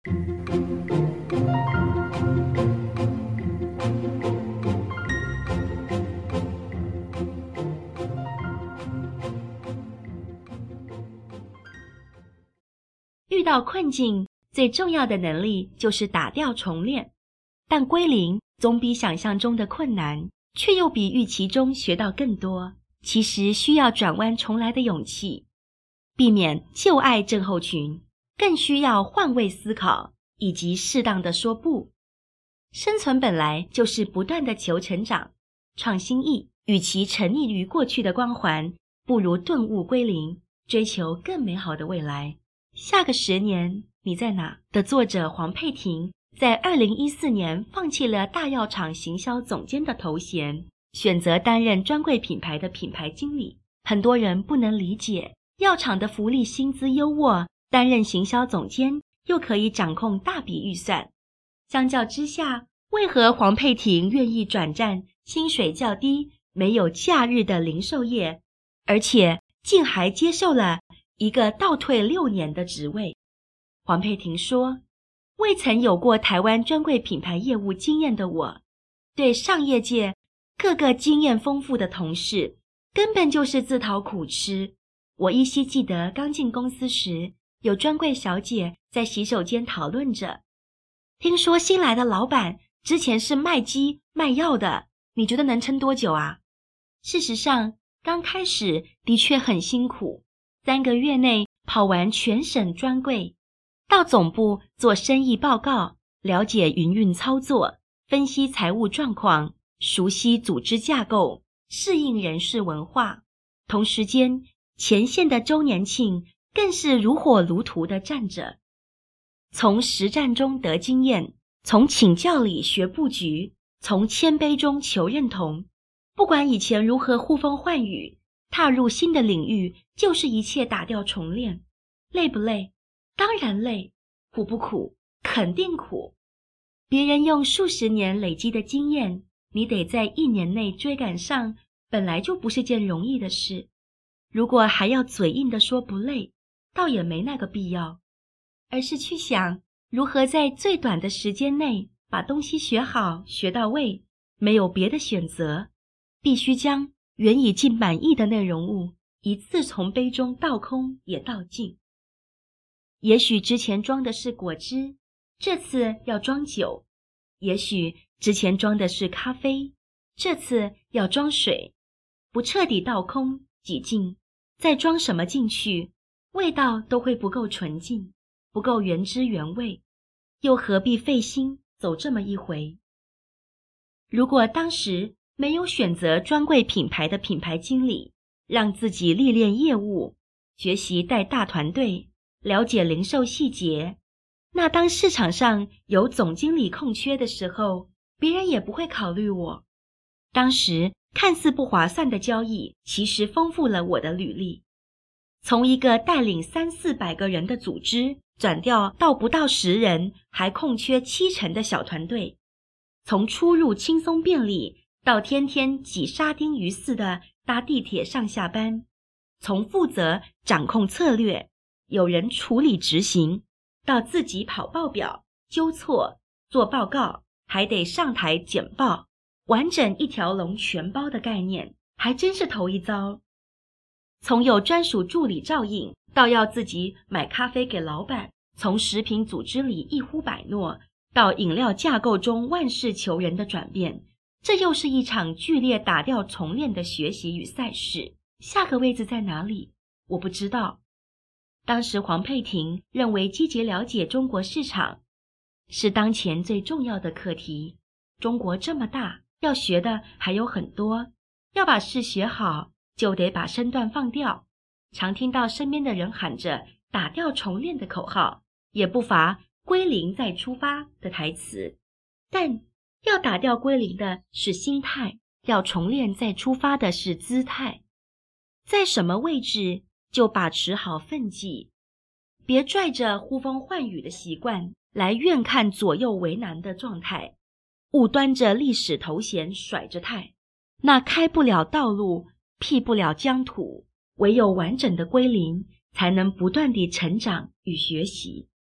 遇到困境，最重要的能力就是打掉重练，但归零总比想象中的困难，却又比预期中学到更多。其实需要转弯重来的勇气，避免旧爱症候群，更需要换位思考以及适当的说不。生存本来就是不断的求成长、创新意，与其沉溺于过去的光环，不如顿悟归零，追求更美好的未来。下个10年你在哪的作者黄佩婷在2014年放弃了大药厂行销总监的头衔，选择担任专柜品牌的品牌经理。很多人不能理解，药厂的福利薪资优渥，担任行销总监又可以掌控大笔预算。相较之下，为何黄佩婷愿意转战薪水较低、没有假日的零售业，而且竟还接受了一个倒退6年的职位？黄佩婷说，未曾有过台湾专柜品牌业务经验的我，对上业界各个经验丰富的同事根本就是自讨苦吃。我依稀记得刚进公司时，有专柜小姐在洗手间讨论着，听说新来的老板之前是卖鸡卖药的，你觉得能撑多久啊？事实上，刚开始的确很辛苦，3个月内跑完全省专柜，到总部做生意报告，了解营运操作，分析财务状况，熟悉组织架构，适应人事文化。同时间，前线的周年庆更是如火如荼地战着。从实战中得经验，从请教里学布局，从谦卑中求认同。不管以前如何呼风唤雨，踏入新的领域就是一切打掉重练。累不累？当然累。苦不苦？肯定苦。别人用数十年累积的经验，你得在1年内追赶上，本来就不是件容易的事。如果还要嘴硬地说不累，倒也没那个必要，而是去想如何在最短的时间内把东西学好学到位。没有别的选择，必须将原已尽满意的内容物一次从杯中倒空也倒尽。也许之前装的是果汁，这次要装酒；也许之前装的是咖啡，这次要装水。不彻底倒空挤净，再装什么进去，味道都会不够纯净，不够原汁原味，又何必费心走这么一回？如果当时没有选择专柜品牌的品牌经理，让自己历练业务，学习带大团队，了解零售细节，那当市场上有总经理空缺的时候，别人也不会考虑我。当时看似不划算的交易，其实丰富了我的履历。从一个带领300-400个人的组织，转调到不到10人，还空缺70%的小团队。从出入轻松便利，到天天挤沙丁鱼似的搭地铁上下班。从负责掌控策略，有人处理执行，到自己跑报表、纠错、做报告，还得上台简报，完整一条龙全包的概念，还真是头一遭。从有专属助理照应，到要自己买咖啡给老板，从食品组织里一呼百诺，到饮料架构中万事求人的转变，这又是一场剧烈打掉重练的学习与赛事。下个位置在哪里？我不知道。当时黄佩婷认为积极了解中国市场是当前最重要的课题。中国这么大，要学的还有很多，要把事学好，就得把身段放掉。常听到身边的人喊着打掉重练的口号，也不乏归零再出发的台词，但要打掉归零的是心态，要重练再出发的是姿态。在什么位置就把持好分际，别拽着呼风唤雨的习惯来怨看左右为难的状态，勿端着历史头衔甩着态，那开不了道路，辟不了疆土。唯有完整的归零，才能不断地成长与学习。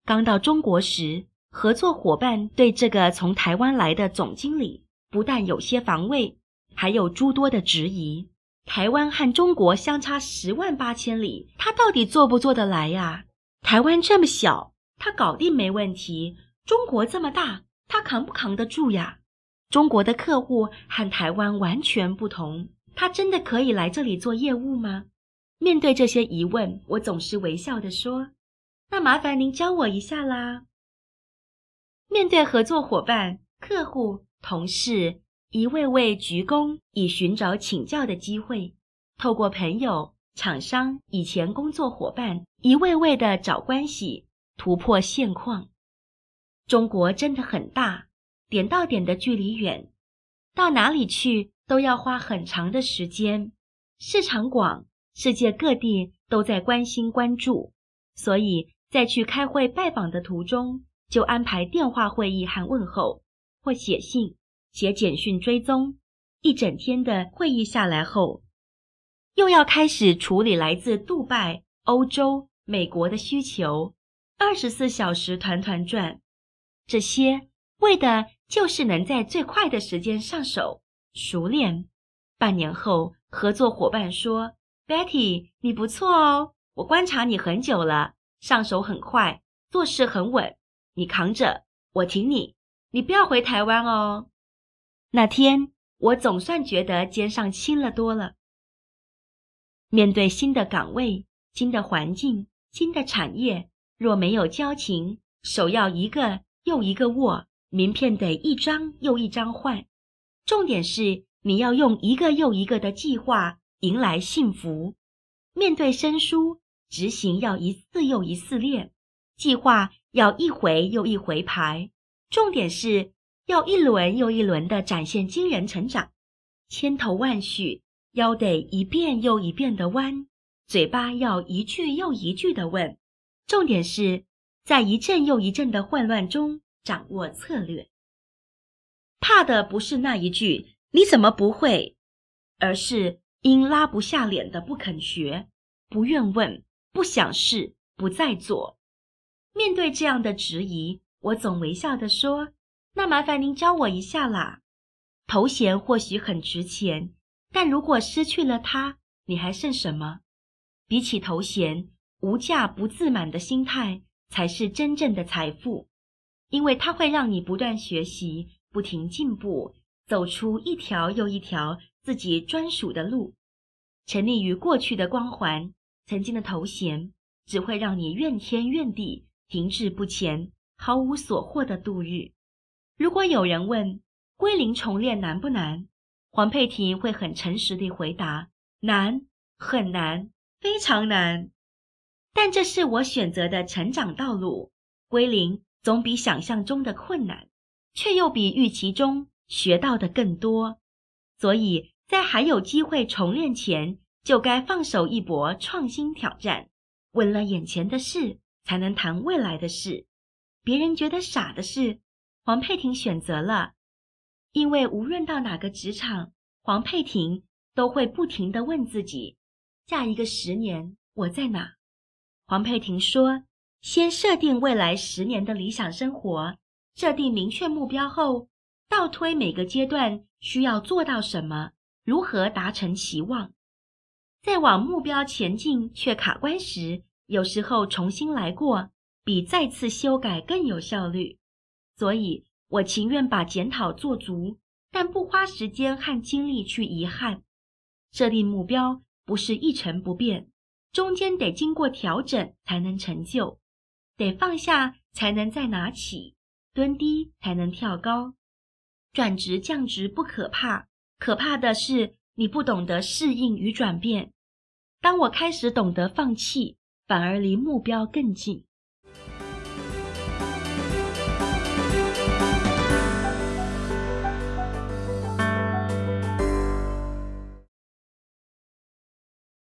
刚到中国时，合作伙伴对这个从台湾来的总经理不但有些防卫，还有诸多的质疑。台湾和中国相差108000里，他到底做不做得来呀？台湾这么小，他搞定没问题，中国这么大，他扛不扛得住呀？中国的客户和台湾完全不同，他真的可以来这里做业务吗？面对这些疑问，我总是微笑地说，那麻烦您教我一下啦。面对合作伙伴、客户、同事，一位位鞠躬以寻找请教的机会，透过朋友、厂商、以前工作伙伴，一位位的找关系，突破现况。中国真的很大，点到点的距离远，到哪里去都要花很长的时间，市场广，世界各地都在关心关注，所以在去开会拜访的途中，就安排电话会议和问候，或写信、写简讯追踪。一整天的会议下来后，又要开始处理来自杜拜、欧洲、美国的需求，24小时团团转。这些为的就是能在最快的时间上手，熟练。半年后，合作伙伴说 Betty， 你不错哦，我观察你很久了，上手很快，做事很稳，你扛着，我挺你，你不要回台湾哦。那天，我总算觉得肩上轻了多了。面对新的岗位、新的环境、新的产业，若没有交情，手要一个又一个握，名片得一张又一张换。重点是你要用一个又一个的计划迎来幸福。面对生疏，执行要一次又一次练，计划要一回又一回排。重点是要一轮又一轮的展现惊人成长。千头万绪，腰得一遍又一遍的弯，嘴巴要一句又一句的问。重点是在一阵又一阵的混乱中掌握策略。怕的不是那一句你怎么不会，而是因拉不下脸的不肯学，不愿问，不想试，不再做。面对这样的质疑，我总微笑地说，那麻烦您教我一下啦。头衔或许很值钱，但如果失去了它，你还剩什么？比起头衔，无价不自满的心态才是真正的财富，因为它会让你不断学习，不停进步，走出一条又一条自己专属的路。沉溺于过去的光环，曾经的头衔，只会让你怨天怨地，停滞不前，毫无所获的度日。如果有人问归零重练难不难，黄佩婷会很诚实地回答，难，很难，非常难。但这是我选择的成长道路，归零总比想象中的困难，却又比预期中学到的更多。所以在还有机会重练前，就该放手一搏，创新挑战。稳了眼前的事，才能谈未来的事。别人觉得傻的事，黄佩婷选择了。因为无论到哪个职场，黄佩婷都会不停地问自己，下一个10年我在哪？黄佩婷说，先设定未来10年的理想生活，设定明确目标后，倒推每个阶段需要做到什么，如何达成期望。在往目标前进却卡关时，有时候重新来过，比再次修改更有效率。所以我情愿把检讨做足，但不花时间和精力去遗憾。设定目标不是一成不变，中间得经过调整才能成就，得放下才能再拿起，蹲低才能跳高。转职降职不可怕，可怕的是你不懂得适应与转变。当我开始懂得放弃，反而离目标更近。